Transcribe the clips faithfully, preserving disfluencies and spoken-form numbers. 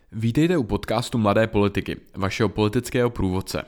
Vítejte u podcastu Mladé politiky, vašeho politického průvodce.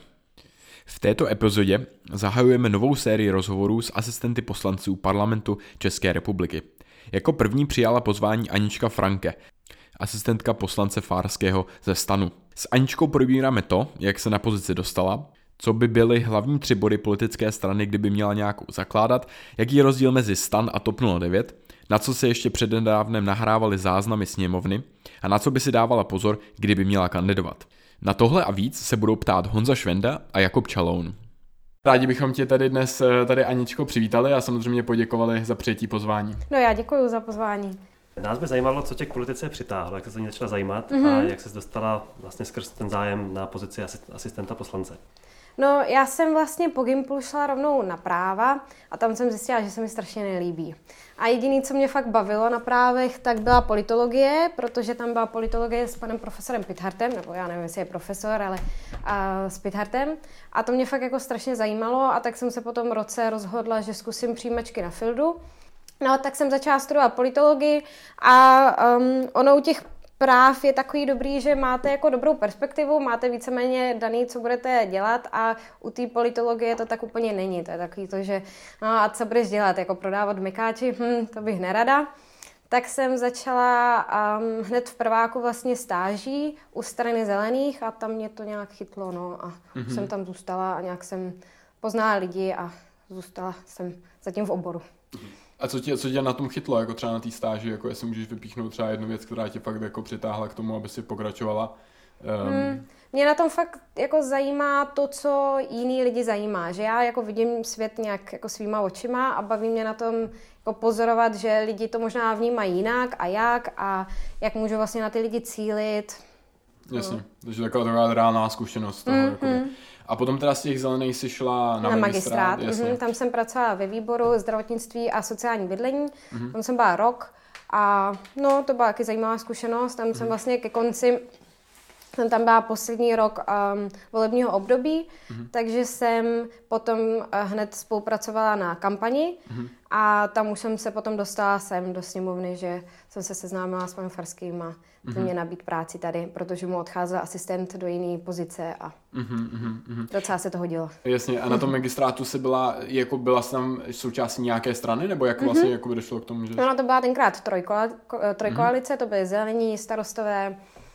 V této epizodě zahajujeme novou sérii rozhovorů s asistenty poslanců Parlamentu České republiky. Jako první přijala pozvání Anička Franke, asistentka poslance Farského ze STANu. S Aničkou probíráme to, jak se na pozici dostala, co by byly hlavní tři body politické strany, kdyby měla nějakou zakládat, jaký je rozdíl mezi STAN a TOP nula devět, na co se ještě přednedávnem nahrávaly záznamy sněmovny a na co by si dávala pozor, kdyby měla kandidovat. Na tohle a víc se budou ptát Honza Švenda a Jakub Čaloun. Rádi bychom tě tady dnes, tady Aničko, přivítali a samozřejmě poděkovali za přijetí pozvání. No já děkuji za pozvání. Nás by zajímalo, co tě k politice přitáhlo, jak se to ní začala zajímat mm-hmm. a jak se dostala vlastně skrz ten zájem na pozici asistenta poslance. No, já jsem vlastně po Gimplu šla rovnou na práva a tam jsem zjistila, že se mi strašně nelíbí. A jediné, co mě fakt bavilo na právech, tak byla politologie, protože tam byla politologie s panem profesorem Pithartem, nebo já nevím, jestli je profesor, ale a, s Pithartem. A to mě fakt jako strašně zajímalo a tak jsem se po tom roce rozhodla, že zkusím přijímačky na Fildu. No, tak jsem začala studovat politologii a um, ono u těch práv je takový dobrý, že máte jako dobrou perspektivu, máte víceméně daný, co budete dělat a u té politologie to tak úplně není. To je takový to, že no a co budeš dělat, jako prodávat mekáči, hm, to bych nerada. Tak jsem začala um, hned v prváku vlastně stáží u Strany zelených a tam mě to nějak chytlo, no a mm-hmm. jsem tam zůstala a nějak jsem poznala lidi a zůstala jsem zatím v oboru. A co tě, co tě na tom chytlo, jako třeba na té stáži, jako jestli můžeš vypíchnout třeba jednu věc, která tě fakt jako přitáhla k tomu, aby si pokračovala? Um... Hmm, mě na tom fakt jako zajímá to, co jiný lidi zajímá, že já jako vidím svět nějak jako svýma očima a baví mě na tom jako pozorovat, že lidi to možná vnímají jinak a jak a jak můžu vlastně na ty lidi cílit. Jasně, no. Takže taková, taková reálná zkušenost toho. Mm-hmm. Jakoby. A potom teda z těch zelených si šla na, na magistrát. magistrát. Mm-hmm. Tam jsem pracovala ve výboru zdravotnictví a sociální bydlení. Mm-hmm. Tam jsem byla rok a no, to byla taky zajímavá zkušenost. Tam mm-hmm. jsem vlastně ke konci, jsem tam byla poslední rok um, volebního období, mm-hmm. takže jsem potom uh, hned spolupracovala na kampani mm-hmm. a tam už jsem se potom dostala sem do sněmovny, že jsem se seznámila s panem Farským a mm-hmm. mě nabít práci tady, protože mu odcházel asistent do jiné pozice a mm-hmm, mm-hmm. docela se to hodilo. Jasně, a na tom magistrátu se byla, jako byla jsi tam součástí nějaké strany, nebo jak vlastně mm-hmm. jako by došlo k tomu, že... No, to byla tenkrát trojkola, trojkoalice, mm-hmm. to byly zelení, starostové,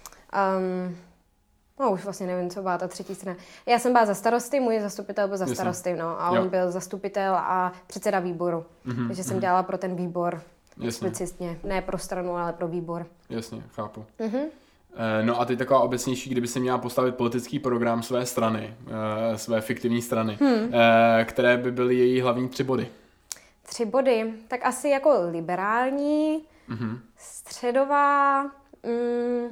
um, no už vlastně nevím, co byla ta třetí strana. Já jsem byla za starosty, můj zastupitel byl za Jasně. starosty, no, a jo. on byl zastupitel a předseda výboru, mm-hmm. takže jsem mm-hmm. dělala pro ten výbor. Explicitně. Ne pro stranu, ale pro výbor. Jasně, chápu. Mm-hmm. No a teď taková obecnější, kdyby se měla postavit politický program své strany, své fiktivní strany, hmm. které by byly její hlavní tři body? Tři body? Tak asi jako liberální, mm-hmm. středová, mm,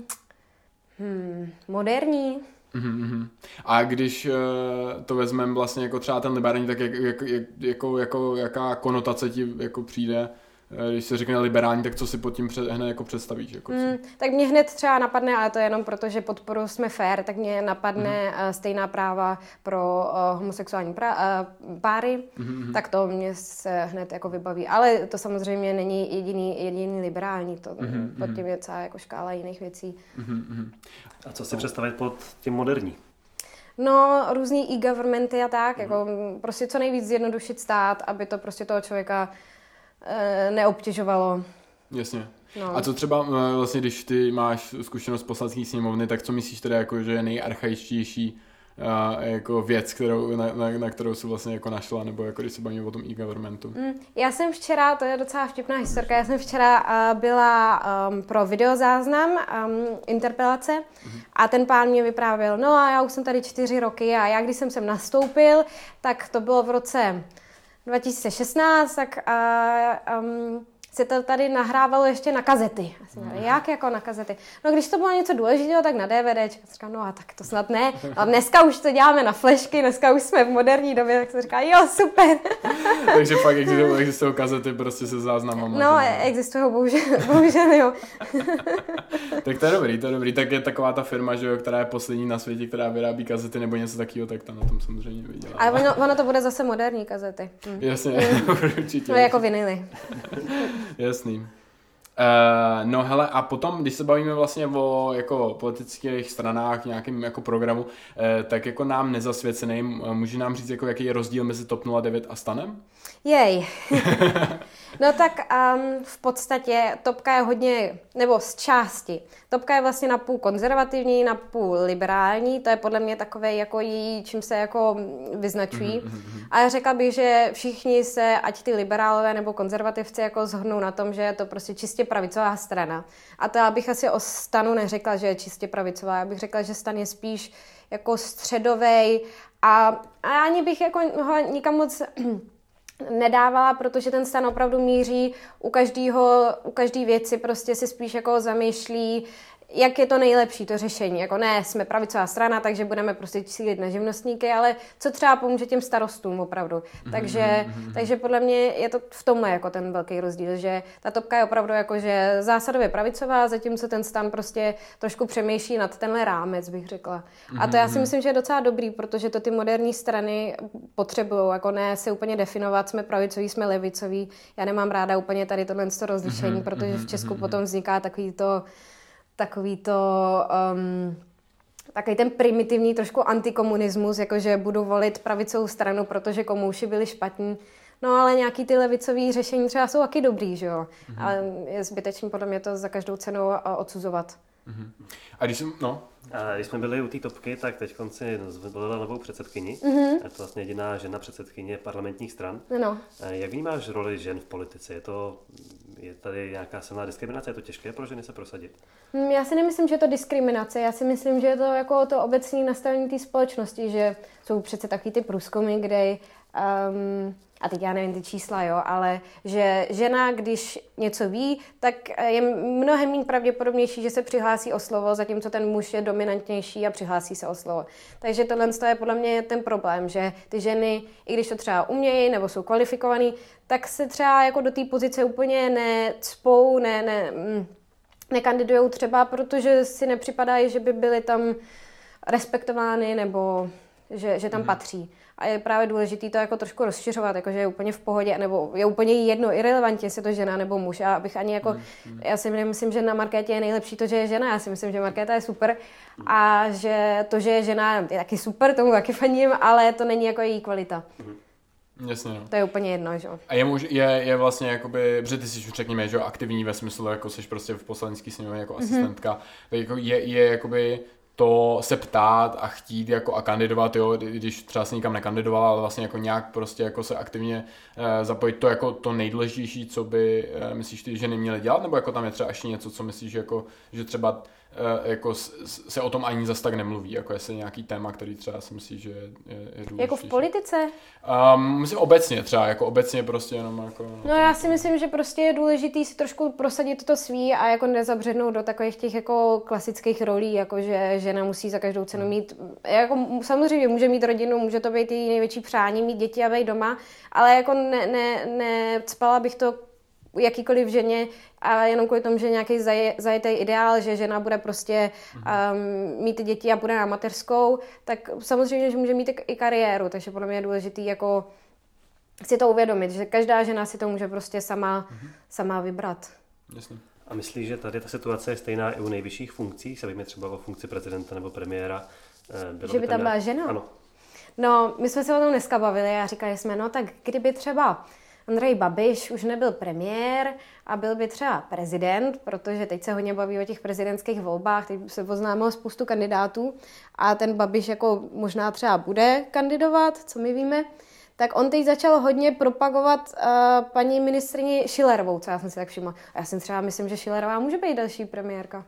hmm, moderní. Mm-hmm. A když to vezmeme vlastně jako třeba ten liberální, tak jak, jak, jak, jako, jako, jaká konotace ti jako přijde? Když se řekne liberální, tak co si pod tím před, hned jako představíš? Jako hmm, tak mě hned třeba napadne, ale to je jenom proto, že podporu jsme fair, tak mě napadne hmm. uh, stejná práva pro uh, homosexuální pra- uh, páry, hmm. tak to mě se hned jako vybaví. Ale to samozřejmě není jediný, jediný liberální, to hmm. pod tím je celá jako škála jiných věcí. Hmm. A co si představit pod tím moderní? No, různý e-governmenty a tak, hmm. jako prostě co nejvíc zjednodušit stát, aby to prostě toho člověka neobtěžovalo. Jasně. No. A co třeba vlastně, když ty máš zkušenost z poslanecké sněmovny, tak co myslíš teda jako, že je nejarchaičtější uh, jako věc, kterou, na, na, na kterou jsi vlastně jako našla, nebo jako když se bavíme o tom e-governmentu? Mm, já jsem včera, to je docela vtipná historka, já jsem včera uh, byla um, pro videozáznam um, interpelace mm-hmm. a ten pán mě vyprávěl, no a já už jsem tady čtyři roky a já když jsem sem nastoupil, tak to bylo v roce dva tisíce šestnáct, tak uh, um, se to tady nahrávalo ještě na kazety. Mm. Jak jako na kazety? No když to bylo něco důležitého, tak na DVDčka. Říkám, no a tak to snad ne. A dneska už to děláme na flešky, dneska už jsme v moderní době, tak se říká, jo, super. Takže fakt existují, existují kazety prostě se záznamama. No, existují, bohužel, bohužel jo. Tak to je dobrý, to je dobrý. Tak je taková ta firma, že jo, která je poslední na světě, která vyrábí kazety nebo něco takového, tak ta na tom samozřejmě vydělá. Ale ono, ono to bude zase moderní kazety. Hm. Jasně, určitě. No jako vinily. Jasný. Uh, no hele, a potom, když se bavíme vlastně o jako politických stranách, nějakým jako programu, uh, tak jako nám nezasvěceným, může nám říct, jako, jaký je rozdíl mezi TOP nula devět a STANem? Jej. No tak um, v podstatě Topka je hodně, nebo z části. Topka je vlastně napůl konzervativní, napůl liberální, to je podle mě takové jako jí, čím se jako vyznačují. Mm-hmm. A řekla bych, že všichni se, ať ty liberálové nebo konzervativci, jako shodnou na tom, že je to prostě čistě pravicová strana. A to já bych asi o STANu neřekla, že je čistě pravicová, já bych řekla, že STAN je spíš jako středovej a, a ani bych jako ho nikam moc nedávala, protože ten STAN opravdu míří u každého, u každé věci prostě si spíš jako zamýšlí, jak je to nejlepší, to řešení. Jako ne, jsme pravicová strana, takže budeme prostě cílit na živnostníky, ale co třeba pomůže těm starostům opravdu. Mm-hmm, takže, mm-hmm. takže podle mě je to v tomhle jako ten velký rozdíl, že ta Topka je opravdu jako, že zásadově pravicová, zatímco ten STAN prostě trošku přemýšlí nad tenhle rámec, bych řekla. A to já si myslím, že je docela dobrý, protože to ty moderní strany potřebují, jako ne se úplně definovat, jsme pravicoví, jsme levicoví. Já nemám ráda úplně tady tohle rozlišení, mm-hmm, protože v Česku mm-hmm. potom vzniká takový to takový to, um, takový ten primitivní trošku antikomunismus, jakože budu volit pravicovou stranu, protože komouši byli špatní. No ale nějaký ty levicový řešení třeba jsou taky dobrý, že jo. Mm-hmm. Ale je zbytečný podle mě to za každou cenu odsuzovat. Mm-hmm. A když jsem, no... A když jsme byli u té Topky, tak teď konci zvolila novou předsedkyni. Mm-hmm. Je to vlastně jediná žena předsedkyně parlamentních stran. No. Jak vnímáš roli žen v politice? Je to, je tady nějaká silná diskriminace? Je to těžké pro ženy se prosadit? Já si nemyslím, že je to diskriminace. Já si myslím, že je to jako to obecné nastavení té společnosti, že jsou přece taky ty průzkumy, kde um, a teď já nevím ty čísla, jo, ale že žena, když něco ví, tak je mnohem méně pravděpodobnější, že se přihlásí o slovo, zatímco ten muž je dominantnější a přihlásí se o slovo. Takže tohle je podle mě ten problém, že ty ženy, i když to třeba umějí nebo jsou kvalifikovaný, tak se třeba jako do té pozice úplně necpou, ne, ne, nekandidujou třeba, protože si nepřipadají, že by byly tam respektovány nebo že, že tam mm. patří. A je právě důležité to jako trošku rozšiřovat, jakože je úplně v pohodě, nebo je úplně jedno, irelevantně, jestli to žena nebo muž. Já bych ani jako, mm. já si nemyslím, že na Markétě je nejlepší to, že je žena. Já si myslím, že Markéta je super a že to, že je žena, je taky super, tomu taky faním, ale to není jako její kvalita. Mm. Jasně, no. To je úplně jedno, že jo. A je, muž, je, je vlastně jakoby, protože ty jsi řekněme, že aktivní ve smyslu, jako jsi prostě v poslanecké sněmovně jako mm-hmm. asistentka, tak jako je, je jakoby to se ptát a chtít jako a kandidovat, jo, když třeba se nikam nekandidovala, ale vlastně jako nějak prostě jako se aktivně eh, zapojit, to jako to nejdůležitější, co by eh, myslíš ty ženy měly dělat, nebo jako tam je třeba ještě něco, co myslíš, jako, že třeba eh, jako se o tom ani zas tak nemluví, jako jestli nějaký téma, který třeba si myslíš, že je, je, je důležitější. Jako v politice? Um, myslím obecně třeba, jako obecně prostě jenom jako... No já si myslím, že prostě je důležitý si trošku prosadit to svý a jako nezabřednout do takových těch jako klasických rolí, jako že žena musí za každou cenu mít, jako samozřejmě může mít rodinu, může to být její největší přání, mít děti a být doma, ale jako ne, ne, necpala bych to jakýkoliv ženě a jenom kvůli tomu, že nějaký zaje, zajetý ideál, že žena bude prostě um, mít děti a bude na mateřskou, tak samozřejmě, že může mít i kariéru, takže podle mě je důležitý jako si to uvědomit, že každá žena si to může prostě sama, mm-hmm. sama vybrat. Jasně. A myslíš, že tady ta situace je stejná i u nejvyšších funkcí? Se bavíme třeba o funkci prezidenta nebo premiéra. Bylo že by tam byla žena? Ano. No, my jsme se o tom dneska bavili a říkali jsme, no tak kdyby třeba Andrej Babiš už nebyl premiér a byl by třeba prezident, protože teď se hodně baví o těch prezidentských volbách, teď se oznámilo spoustu kandidátů a ten Babiš jako možná třeba bude kandidovat, co my víme, tak on teď začal hodně propagovat uh, paní ministryni Schillerovou, co já jsem si tak všimla. A já si třeba myslím, že Schillerová může být další premiérka.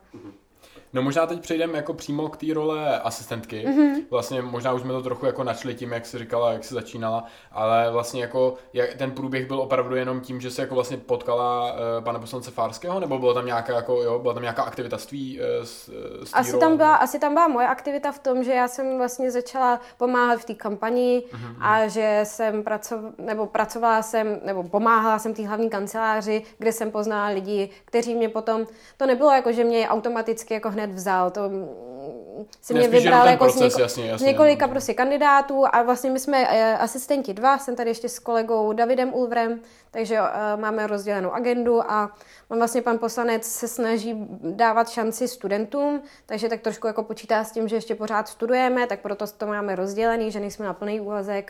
No možná teď přejdeme jako přímo k té role asistentky. Mm-hmm. Vlastně možná už jsme to trochu jako načli tím, jak jsi říkala, jak jsi začínala, ale vlastně jako jak ten průběh byl opravdu jenom tím, že se jako vlastně potkala uh, pana poslance Farského, nebo bylo tam nějaká jako jo, byla tam nějaká aktivita z tvý, uh, z, z asi role? tam byla, asi tam byla moje aktivita v tom, že já jsem vlastně začala pomáhat v té kampani mm-hmm. a že jsem pracovala, nebo pracovala jsem, nebo pomáhala jsem té hlavní kanceláři, kde jsem poznala lidi, kteří mě potom, to nebylo jako, že mě automaticky jako hned vzal, to si mě vybral jako proces, z, něko, jasně, jasně, z několika jasně. prostě kandidátů a vlastně my jsme uh, asistenti dva, jsem tady ještě s kolegou Davidem Ulvrem, takže uh, máme rozdělenou agendu a on vlastně pan poslanec se snaží dávat šanci studentům, takže tak trošku jako počítá s tím, že ještě pořád studujeme, tak proto to máme rozdělený, že nejsme na plný úvazek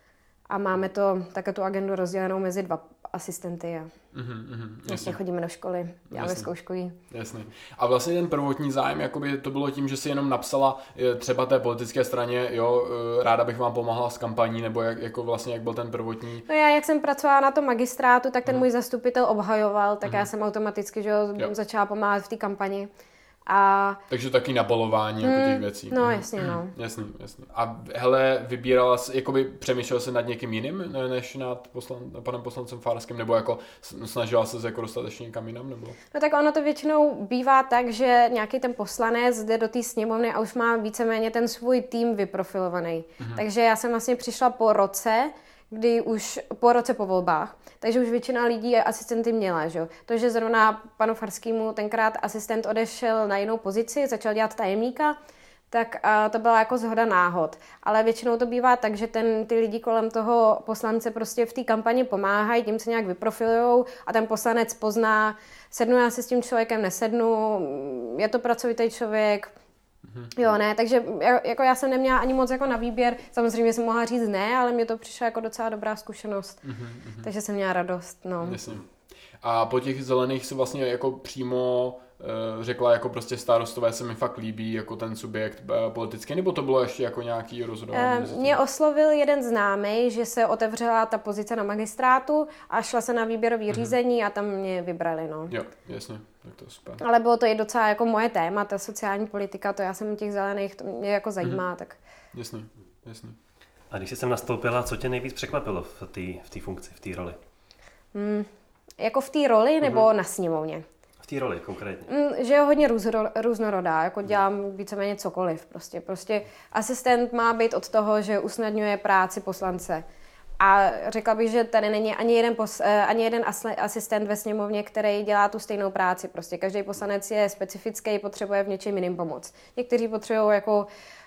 a máme to, také tu agendu rozdělenou mezi dva asistenty a mm-hmm, mm-hmm, vlastně chodíme do školy, děláme zkouškový. Jasně. A vlastně ten prvotní zájem, jakoby to bylo tím, že si jenom napsala třeba té politické straně, jo, ráda bych vám pomohla s kampaní, nebo jak, jako vlastně, jak byl ten prvotní? No já, jak jsem pracovala na tom magistrátu, tak ten mm. můj zastupitel obhajoval, tak mm. já jsem automaticky, že jo, začala pomáhat v té kampani. A... Takže taky nabalování mm, jako těch věcí. No jasně, no. Jasně, jasně. A hele, vybírala jsi, jakoby přemýšlel jsi nad někým jiným, než nad poslan, panem poslancem Farským, nebo jako snažila se jako dostatečně někam jinam, nebo? No tak ono to většinou bývá tak, že nějaký ten poslanec jde do té sněmovny a už má víceméně ten svůj tým vyprofilovaný. Mm-hmm. Takže já jsem vlastně přišla po roce, kdy už po roce po volbách, takže už většina lidí asistenty měla, že? To, že zrovna panu Farskému tenkrát asistent odešel na jinou pozici, začal dělat tajemníka, tak uh, to byla jako zhoda náhod. Ale většinou to bývá tak, že ten, ty lidi kolem toho poslance prostě v té kampani pomáhají, tím se nějak vyprofilujou a ten poslanec pozná, sednu já se s tím člověkem, nesednu, je to pracovitý člověk, jo, ne, takže jako já jsem neměla ani moc jako na výběr, samozřejmě jsem mohla říct ne, ale mě to přišla jako docela dobrá zkušenost, mm-hmm. takže jsem měla radost, no. Jasně. A po těch zelených si vlastně jako přímo e, řekla, jako prostě starostové se mi fakt líbí, jako ten subjekt e, politický, nebo to bylo ještě jako nějaký rozhodování? E, mě oslovil jeden známý, že se otevřela ta pozice na magistrátu a šla se na výběrový mm-hmm. řízení a tam mě vybrali, no. Jo, jasně, tak to je super. Ale bylo to i docela jako moje téma, ta sociální politika, to já jsem těch zelených, to mě jako zajímá, mm-hmm. tak. Jasně, jasně. A když jsi sem nastoupila, co tě nejvíc překvapilo v té v té funkci, v té roli? Hmm. Jako v té roli nebo mm-hmm. na sněmovně? V té roli konkrétně. Mm, že je hodně růzro, různorodá, jako dělám víceméně cokoliv. Prostě. prostě asistent má být od toho, že usnadňuje práci poslance. A řekla bych, že tady není ani jeden, pos, ani jeden asistent ve sněmovně, který dělá tu stejnou práci. Prostě každý poslanec je specifický, potřebuje v něčem jiným pomoc. Někteří potřebují jako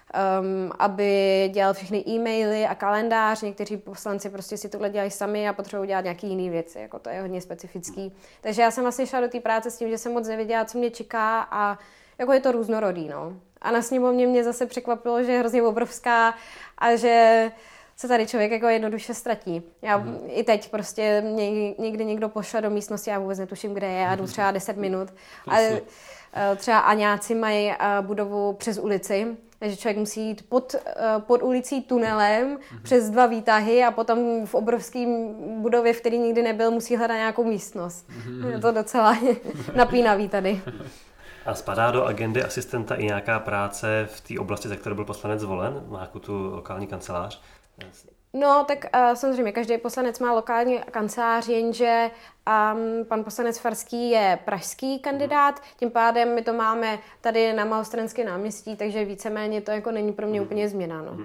Um, aby dělal všechny e-maily a kalendář, někteří poslanci prostě si tohle dělají sami a potřebují dělat nějaké jiné věci, jako to je hodně specifický. Takže já jsem vlastně šla do té práce s tím, že jsem moc nevěděla, co mě čeká a jako je to různorodý, no. A na sněmovně mě zase překvapilo, že je hrozně obrovská a že se tady člověk jako jednoduše ztratí. Já mm. i teď prostě mě někdy někdo pošle do místnosti, já vůbec netuším, kde je, a jdu třeba deset minut. A třeba Aňáci mají budovu přes ulici, takže člověk musí jít pod, pod ulicí tunelem mm-hmm. přes dva výtahy a potom v obrovském budově, v který nikdy nebyl, musí hledat nějakou místnost. Mm-hmm. Je to docela napínavý tady. A spadá do agendy asistenta i nějaká práce v té oblasti, za kterou byl poslanec zvolen? Má jako tu lokální kancelář? No, tak uh, samozřejmě každý poslanec má lokální kancelář, jenže um, pan poslanec Farský je pražský kandidát, tím pádem my to máme tady na Malostranském náměstí, takže víceméně to jako není pro mě úplně změna. No.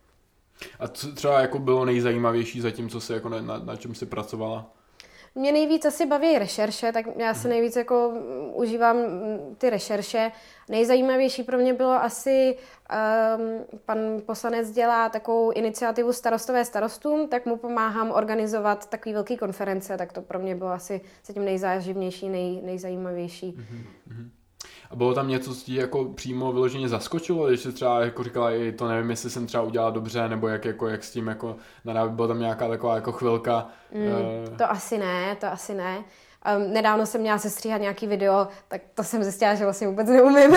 A co třeba jako bylo nejzajímavější zatím, co jsi jako na, na, na čem jsi pracovala? Mě nejvíc asi baví rešerše, tak já se nejvíc jako užívám ty rešerše. Nejzajímavější pro mě bylo asi, um, pan poslanec dělá takovou iniciativu Starostové starostům, tak mu pomáhám organizovat takový velký konference, tak to pro mě bylo asi zatím nejzáživnější, nej, nejzajímavější. Mm-hmm. A bylo tam něco, co ti jako přímo vyloženě zaskočilo, když jsi třeba jako říkala, to nevím, jestli jsem třeba udělala dobře, nebo jak, jako, jak s tím jako, byla tam nějaká taková jako chvilka? Mm, uh... To asi ne, to asi ne. Um, nedávno jsem měla sestříhat nějaký video, tak to jsem zjistila, že vlastně vůbec neumím.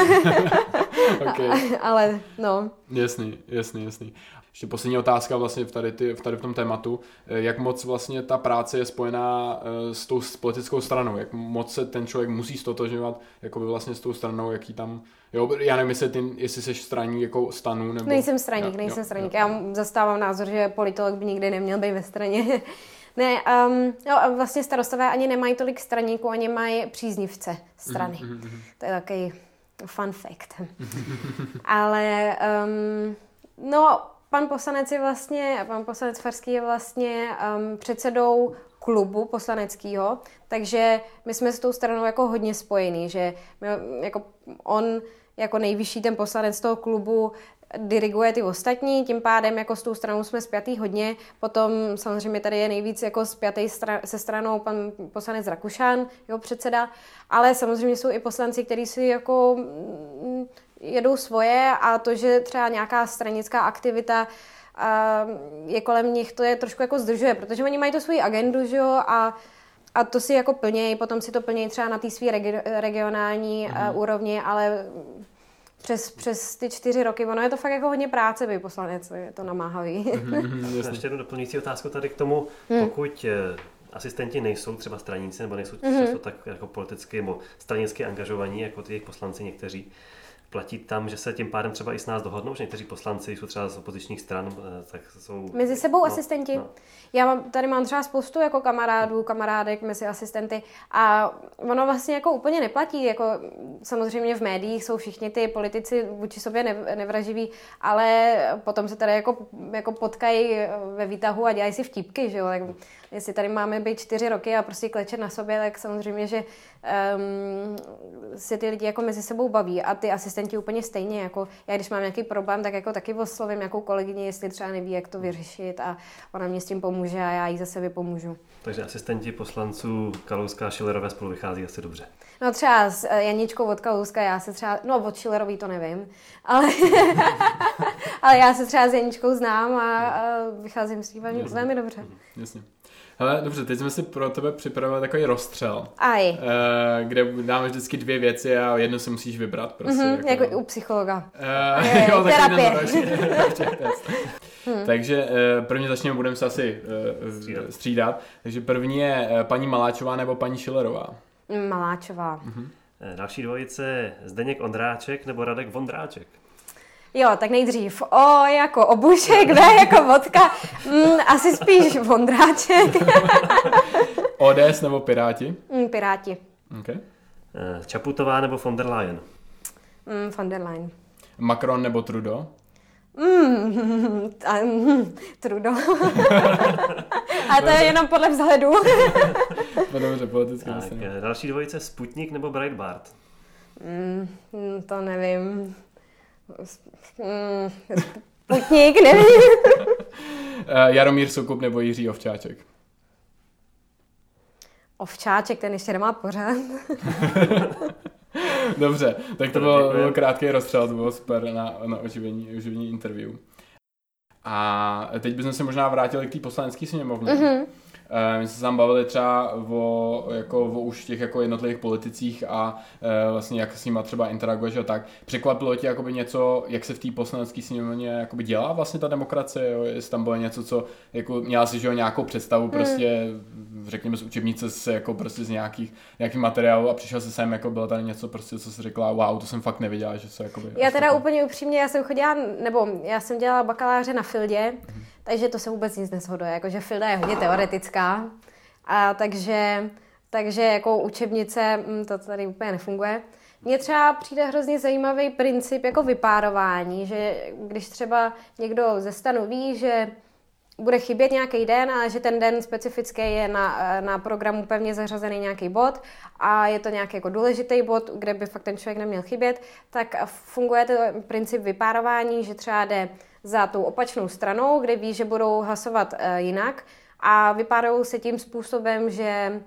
Okay. Ale no. Jasný, jasný, jasný. Ještě poslední otázka vlastně v tady, ty, v tady v tom tématu. Jak moc vlastně ta práce je spojená s tou s politickou stranou? Jak moc se ten člověk musí stotožňovat jakoby vlastně s tou stranou, jaký tam... Jo, já nevím, jestli, ty, jestli jsi straník jako stanu, nebo... Nejsem straník, jo, nejsem jo, straník. Jo. Já zastávám názor, že politolog by nikdy neměl být ve straně. Ne, um, no, vlastně starostové ani nemají tolik straníků, ani mají příznivce strany. Mm-hmm. To je takový fun fact. Ale um, no, pan poslanec je vlastně, pan poslanec Farský je vlastně um, předsedou klubu poslaneckého, takže my jsme s tou stranou jako hodně spojení, že my, jako on jako nejvyšší ten poslanec toho klubu diriguje ty ostatní, tím pádem jako s tou stranou jsme spjatý hodně. Potom samozřejmě tady je nejvíc jako spjatý stra- se stranou pan poslanec Rakušan, jeho předseda, ale samozřejmě jsou i poslanci, kteří si jako mm, jedou svoje a to, že třeba nějaká stranická aktivita a je kolem nich, to je trošku jako zdržuje, protože oni mají to svou agendu, že jo, a, a to si jako plnějí, potom si to plnějí třeba na té své regi- regionální mm. uh, úrovni, ale přes, přes ty čtyři roky, ono je to fakt jako hodně práce, by poslanec, je to namáhavý. Mm-hmm, ještě jednu doplňující otázku tady k tomu, hmm. pokud asistenti nejsou třeba straníci, nebo nejsou mm-hmm. často tak jako politicky nebo stranicky angažovaní, jako ty jejich poslanci někteří, platí tam, že se tím pádem třeba i s nás dohodnou, že někteří poslanci jsou třeba z opozičních stran, tak jsou... Mezi sebou no, asistenti? No. Já mám, tady mám třeba spoustu jako kamarádů, kamarádek mezi asistenty a ono vlastně jako úplně neplatí, jako samozřejmě v médiích jsou všichni ty politici vůči sobě nev, nevraživí, ale potom se tady jako, jako potkají ve výtahu a dělají si vtípky, že jo, tak jestli tady máme být čtyři roky a prostě klečet na sobě, tak samozřejmě, že um, si ty lidi jako mezi sebou baví a ty asistenti úplně stejně, jako já když mám nějaký problém, tak jako taky oslovím nějakou kolegyni, jestli třeba neví, jak to vyřešit a ona mě s tím pomůže a já jí zase vypomůžu. Takže asistenti poslanců Kalouska a Schillerové spolu vychází asi dobře. No třeba s Janičkou od Kalouska, já se třeba, no od Schillerový to nevím, ale, ale já se třeba s Janičkou znám a, a vycházím s tím velmi dobře. Jasně. Hele, dobře, teď jsme si pro tebe připravili takový rozstřel. Aj. Uh, kde dáme vždycky dvě věci a jednu si musíš vybrat. Prostě, mm-hmm, jako, jako u psychologa. Uh, je, jo, terapie. hmm. Takže uh, první začneme, budeme se asi uh, střídat. střídat. Takže první je uh, paní Maláčová nebo paní Schillerová? Maláčová. Uh-huh. Další dvojice Zdeněk Ondráček nebo Radek Vondráček? Jo, tak nejdřív O jako obušek, V jako vodka, mm, asi spíš Vondráček. O D S nebo Piráti? Mm, Piráti. Okay. Čaputová nebo von der Leyen? Mm, von der Leyen. Macron nebo Trudeau? Mm, a, mm, Trudeau. Ale to je jenom podle vzhledu. Dobře, politické tak, další dvojice Sputnik nebo Breitbart? Mm, to nevím. Sputnik, nevím. Jaromír Soukup nebo Jiří Ovčáček? Ovčáček, ten ještě nemá pořád. Dobře, tak to byl, byl krátký rozstřel, to bylo super na, na oživení, oživení interview. A teď bychom se možná vrátili k té poslanecké sněmovně. Mm-hmm. My jsme se tam bavili třeba o, jako, o už těch jako jednotlivých politicích a e, vlastně jak s nima třeba interaguješ a tak. Překvapilo tě jakoby něco, jak se v té poslanecké sněmovně jakoby dělá vlastně ta demokracie, jo? Jestli tam bylo něco, co jako, měla si že jo, nějakou představu, prostě řekněme z učebnice se jako prostě z nějakých, nějakých materiálů a přišel se sem, jako bylo tady něco prostě, co si řekla, wow, to jsem fakt neviděla, že se jakoby... Já teda úplně upřímně, já jsem chodila, nebo já jsem dělala bakaláře na Fildě, mm-hmm. takže to se vůbec nic neshoduje, jakože Filda je hodně teoretická, a takže, takže jako učebnice to tady úplně nefunguje. Mně třeba přijde hrozně zajímavý princip jako vypárování, že když třeba někdo ze stanu ví, že bude chybět nějaký den a že ten den specificky je na, na programu pevně zařazený nějaký bod a je to nějaký jako důležitý bod, kde by fakt ten člověk neměl chybět, tak funguje ten princip vypárování, že třeba jde za tou opačnou stranou, kde ví, že budou hlasovat uh, jinak a vypárují se tím způsobem, že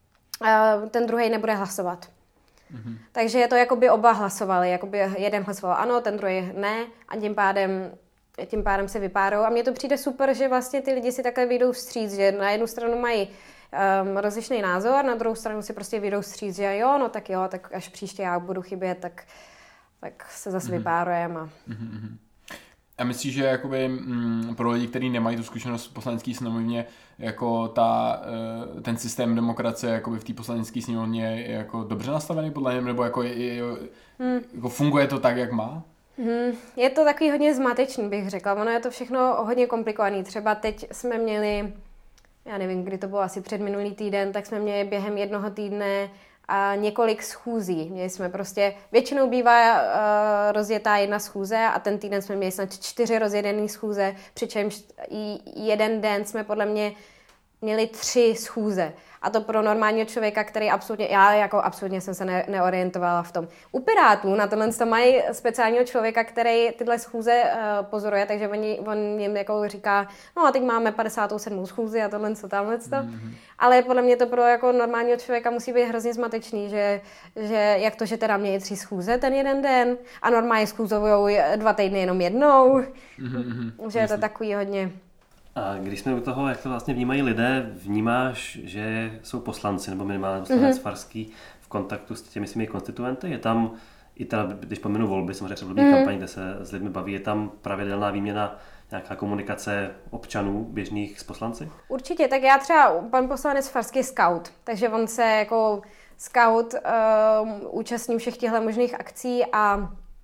uh, ten druhý nebude hlasovat. Mm-hmm. Takže je to, jako by oba hlasovali, jako by jeden hlasoval ano, ten druhý ne a tím pádem tím pádem se vypárou. A mně to přijde super, že vlastně ty lidi si takhle vyjdou vstříc, že na jednu stranu mají um, rozlišný názor, na druhou stranu si prostě vyjdou vstříc, že jo, no tak jo, tak až příště já budu chybět, tak, tak se zase mm-hmm. vypárujeme. A... Mm-hmm. A myslíš, že jakoby, m, pro lidi, kteří nemají tu zkušenost v poslanecké sněmovně, jako ta, ten systém demokracie jakoby v té poslanecké sněmovně je jako dobře nastavený podle něm, nebo jako, je, je, hmm. jako funguje to tak, jak má? Hmm, je to takový hodně zmatečný, bych řekla. Ono je to všechno hodně komplikovaný. Třeba teď jsme měli, já nevím, kdy to bylo, asi před minulý týden, tak jsme měli během jednoho týdne a několik schůzí. Měli jsme prostě, většinou bývá uh, rozjetá jedna schůze a ten týden jsme měli snad čtyři rozjedené schůze, přičemž jeden den jsme podle mě měli tři schůze. A to pro normálního člověka, který absolutně, já jako absolutně jsem se ne, neorientovala v tom. U Pirátů na tohle to mají speciálního člověka, který tyhle schůze uh, pozoruje, takže oni, on jim jako říká, no a teď máme padesátou sedmou schůzi a tohle co tamhle to. Mm-hmm. Ale podle mě to pro jako normálního člověka musí být hrozně zmatečný, že, že jak to, že teda mějí tři schůze ten jeden den a normálně schůzujou dva týdny jenom jednou. Mm-hmm. Že je to takový hodně... A když jsme u toho, jak to vlastně vnímají lidé, vnímáš, že jsou poslanci, nebo minimálně poslanec mm-hmm. Farský v kontaktu s těmi svými konstituenty? Je tam, i teda, když pominu volby, samozřejmě třeba volební mm-hmm. kampaň, kde se s lidmi baví, je tam pravidelná výměna, nějaká komunikace občanů běžných s poslanci? Určitě, tak já třeba, pan poslanec Farský je scout, takže on se jako scout uh, účastní všech těchto možných akcí a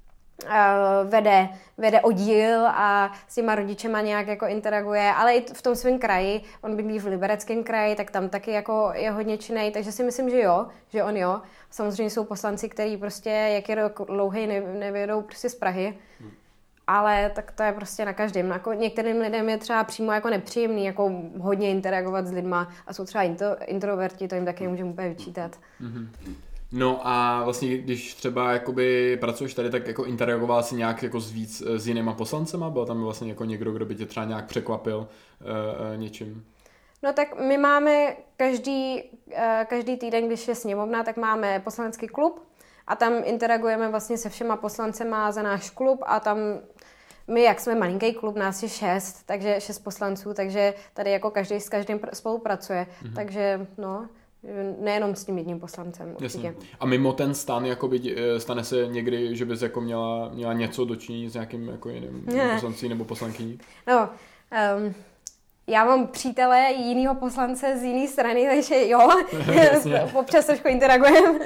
Uh, vede, vede oddíl a s těma rodičema nějak jako interaguje, ale i v tom svém kraji, on bydlí v Libereckém kraji, tak tam taky jako je hodně činnej, takže si myslím, že jo, že on jo. Samozřejmě jsou poslanci, kteří prostě, jak je rok dlouhý, ne, nevědou prostě z Prahy, hmm. ale tak to je prostě na každém. Jako některým lidem je třeba přímo jako nepříjemný, jako hodně interagovat s lidma a jsou třeba intro, introverti, to jim taky nemůžeme úplně vyčítat. Hmm. No a vlastně, když třeba jakoby pracuješ tady, tak jako interagoval jsi nějak jako s víc s jinýma poslancema? Byl tam vlastně jako někdo, kdo by tě třeba nějak překvapil uh, něčím? No tak my máme každý, uh, každý týden, když je sněmovna, tak máme poslanecký klub a tam interagujeme vlastně se všema poslancema za náš klub a tam my, jak jsme malinký klub, nás je šest, takže šest poslanců, takže tady jako každý s každým spolupracuje, mm-hmm. takže no... Nejenom s tím jedním poslancem, určitě. Jasně. A mimo ten stan, jakoby, stane se někdy, že bys jako měla, měla něco dočinit s nějakým jako jiným ne. poslancí nebo poslankyní? No, um, já mám přítele jinýho poslance z jiné strany, takže jo, občas trošku interagujeme,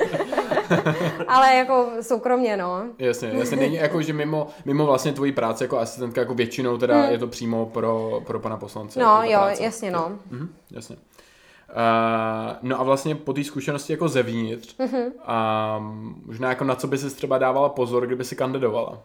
ale jako soukromně, no. Jasně, jasně. Není jako, že mimo, mimo vlastně tvojí práce jako asistentka, jako většinou teda hmm. je to přímo pro, pro pana poslance. No jako jo, práce. jasně, no. Mhm, jasně. Uh, no a vlastně po té zkušenosti jako zevnitř, mm-hmm. a možná jako na co by si třeba dávala pozor, kdyby si kandidovala?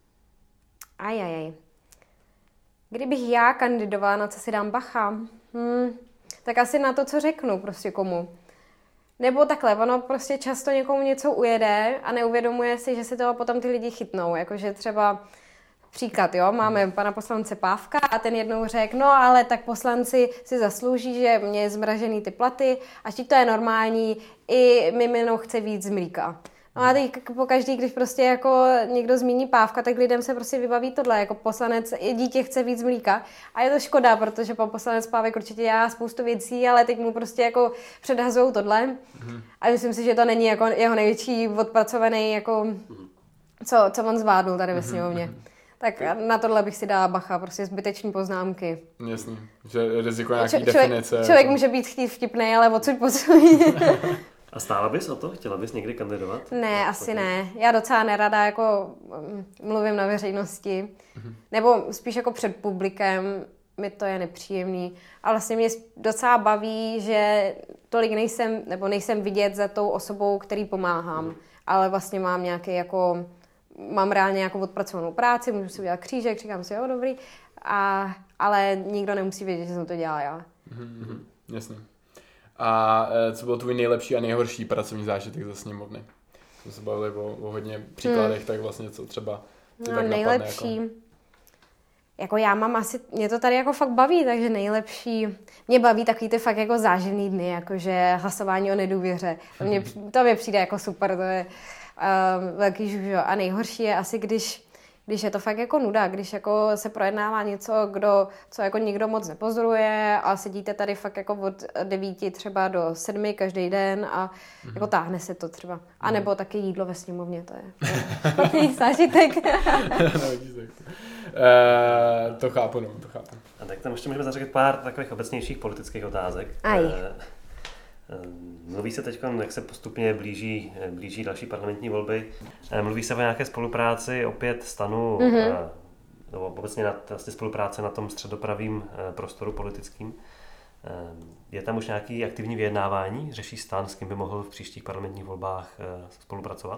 Ajajaj. Kdybych já kandidovala, na co si dám bacha? Hmm, tak asi na to, co řeknu prostě komu. Nebo takhle, ono prostě často někomu něco ujede a neuvědomuje si, že si toho potom ty lidi chytnou. Jakože třeba příklad, jo, máme pana poslance Pávka a ten jednou řekl, no ale tak poslanci si zaslouží, že mě je zmražený ty platy a ti to je normální, i mimino chce víc z mlíka. No a teď pokaždý, když prostě jako někdo zmíní Pávka, tak lidem se prostě vybaví tohle, jako poslanec, i dítě chce víc mlíka a je to škoda, protože pan poslanec Pávek určitě dělá spoustu věcí, ale teď mu prostě jako předhazují tohle mm. a myslím si, že to není jako jeho největší odpracovaný, jako co, co on zvládnul tady ve sněmovně. Mm. Tak na tohle bych si dala bacha, prostě zbyteční poznámky. Jasně, že riziko nějaký Č- definice. Člověk, člověk může být chtít vtipnej, ale odsud posuň. A stála bys o to? Chtěla bys někdy kandidovat? Ne, asi ne. Já docela nerada jako mluvím na veřejnosti. Mm-hmm. Nebo spíš jako před publikem, mi to je nepříjemný. A vlastně mě docela baví, že tolik nejsem, nebo nejsem vidět za tou osobou, který pomáhám. Mm. Ale vlastně mám nějaký jako... Mám reálně nějakou odpracovanou práci, můžu si udělat křížek, říkám si, jo, dobrý, a, ale nikdo nemusí vědět, že jsem to dělala já. Mm-hmm, jasně. A co byl tvůj nejlepší a nejhorší pracovní zážitek ze sněmovny? Jsme se bavili o, o hodně příkladech, hmm. tak vlastně co třeba ty no, tak nejlepší. Jako... jako já mám asi, mě to tady jako fakt baví, takže nejlepší, mě baví takový ty fakt jako záživný dny, jakože hlasování o nedůvěře. To mě, to mě přijde jako super, to je uh, velký žužo. A nejhorší je asi, když Když je to fakt jako nuda, když jako se projednává něco, kdo, co jako nikdo moc nepozoruje a sedíte tady fakt jako od devíti třeba do sedmi každý den a mm-hmm. jako táhne se to třeba. A nebo mm-hmm. taky jídlo ve sněmovně, to je špatný zážitek. uh, to chápu, no, to chápu. A tak tam ještě můžeme zařadit pár takových obecnějších politických otázek. Aj. Uh, Mluví se teď, jak se postupně blíží, blíží další parlamentní volby, mluví se o nějaké spolupráci opět stanu, mm-hmm. nebo obecně na, vlastně spolupráce na tom středopravým prostoru politickým. Je tam už nějaké aktivní vyjednávání? Řeší stan, s kým by mohl v příštích parlamentních volbách spolupracovat?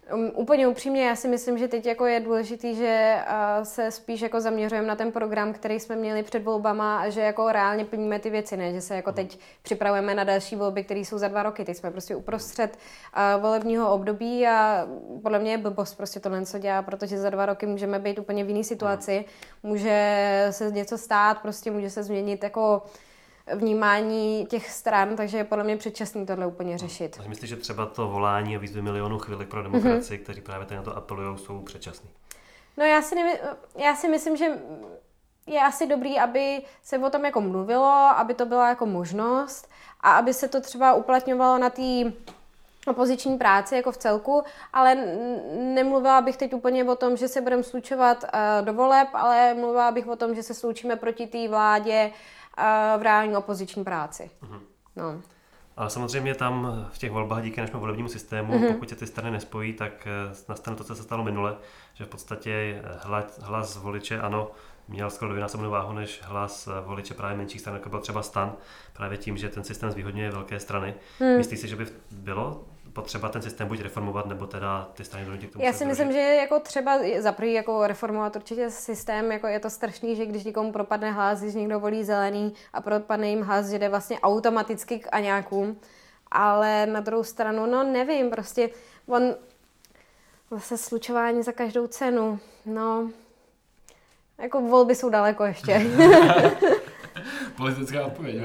Um, úplně upřímně, já si myslím, že teď jako je důležitý, že uh, se spíš jako zaměřujeme na ten program, který jsme měli před volbama a že jako reálně plníme ty věci, ne? Že se jako teď připravujeme na další volby, které jsou za dva roky. Teď jsme prostě uprostřed uh, volebního období a podle mě je blbost prostě tohle, co dělá, protože za dva roky můžeme být úplně v jiné situaci, může se něco stát, prostě může se změnit jako vnímání těch stran, takže je podle mě předčasný tohle úplně řešit. A myslíš, že třeba to volání a výzvy milionů chvílek pro demokracii, mm-hmm. kteří právě tady na to apelují, jsou předčasný? No já si, nevy, já si myslím, že je asi dobrý, aby se o tom jako mluvilo, aby to byla jako možnost a aby se to třeba uplatňovalo na té opoziční práci jako v celku, ale nemluvila bych teď úplně o tom, že se budeme slučovat uh, do voleb, ale mluvila bych o tom, že se slučíme proti té vládě v reální opoziční práci. Mm-hmm. No. Ale samozřejmě tam v těch volbách díky našemu volebnímu systému, mm-hmm. pokud se ty strany nespojí, tak nastane to, co se stalo minule, že v podstatě hlas, hlas voliče ANO měl skoro dvojnásobnou váhu než hlas voliče právě menších stran, jako byl třeba STAN, právě tím, že ten systém zvýhodňuje velké strany. Mm. Myslíš si, že by bylo potřeba ten systém buď reformovat, nebo teda ty strany donutit k tomu? Já si myslím, že je jako třeba za prvý jako reformovat určitě systém, jako je to strašný, že když někomu propadne hlas, když někdo volí zelený a propadne jim hlas, že jde vlastně automaticky k aňákům, ale na druhou stranu, no nevím, prostě on zase slučování za každou cenu, no jako volby jsou daleko ještě. Politická odpověď.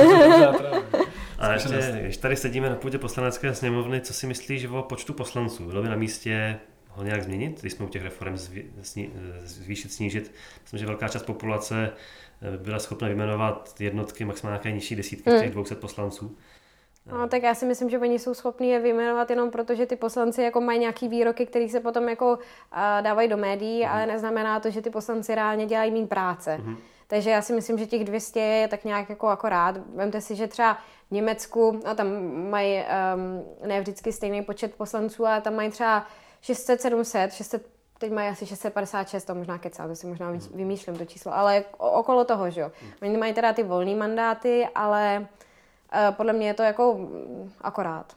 A ještě, když tady sedíme na půdě poslanecké sněmovny, co si myslíš o počtu poslanců? Bylo by na místě ho nějak změnit, když jsme u těch reform zvýšit, snížit? Myslím, že velká část populace byla schopna vyjmenovat jednotky, maximálně nějaké nižší desítky z těch dvou set poslanců. No, tak já si myslím, že oni jsou schopní je vyjmenovat jenom proto, že ty poslanci jako mají nějaký výroky, které se potom jako uh, dávají do médií, mm. ale neznamená to, že ty poslanci reálně dělají méně práce. Mm. Takže já si myslím, že těch dvě stě je tak nějak jako akorát. Vemte si, že třeba v Německu, no tam mají um, ne vždycky stejný počet poslanců, ale tam mají třeba šest set, sedm set, šest set, teď mají asi šest set padesát šest, to možná kecá, to si možná vymýšlím to číslo, ale okolo toho, že jo. Oni mají teda ty volný mandáty, ale uh, podle mě je to jako akorát.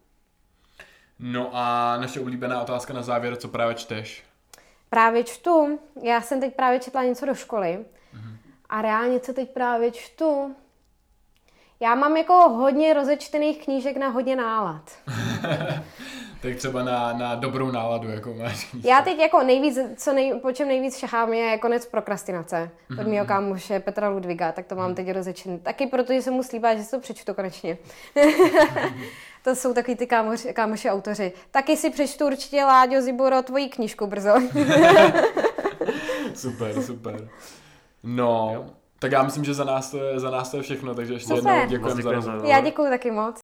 No a naše oblíbená otázka na závěr, co právě čteš? Právě čtu. Já jsem teď právě četla něco do školy. A reálně, co teď právě čtu? Já mám jako hodně rozečtených knížek na hodně nálad. Tak třeba na, na dobrou náladu, jako máš. Já teď jako nejvíc, co nej, po čem nejvíc šahám, je konec prokrastinace od mého kámoše Petra Ludviga, tak to mám teď rozečtený. Taky protože jsem mu slíbila, že si to přečtu konečně. To jsou takový ty kámoši, kámoši autoři. Taky si přečtu určitě, Láďo Ziburo, tvoji knížku brzo. Super, super. No, jo. Tak já myslím, že za nás to je, za nás to je všechno, takže ještě Super. jednou děkujeme za rozhovor. Já děkuju taky moc.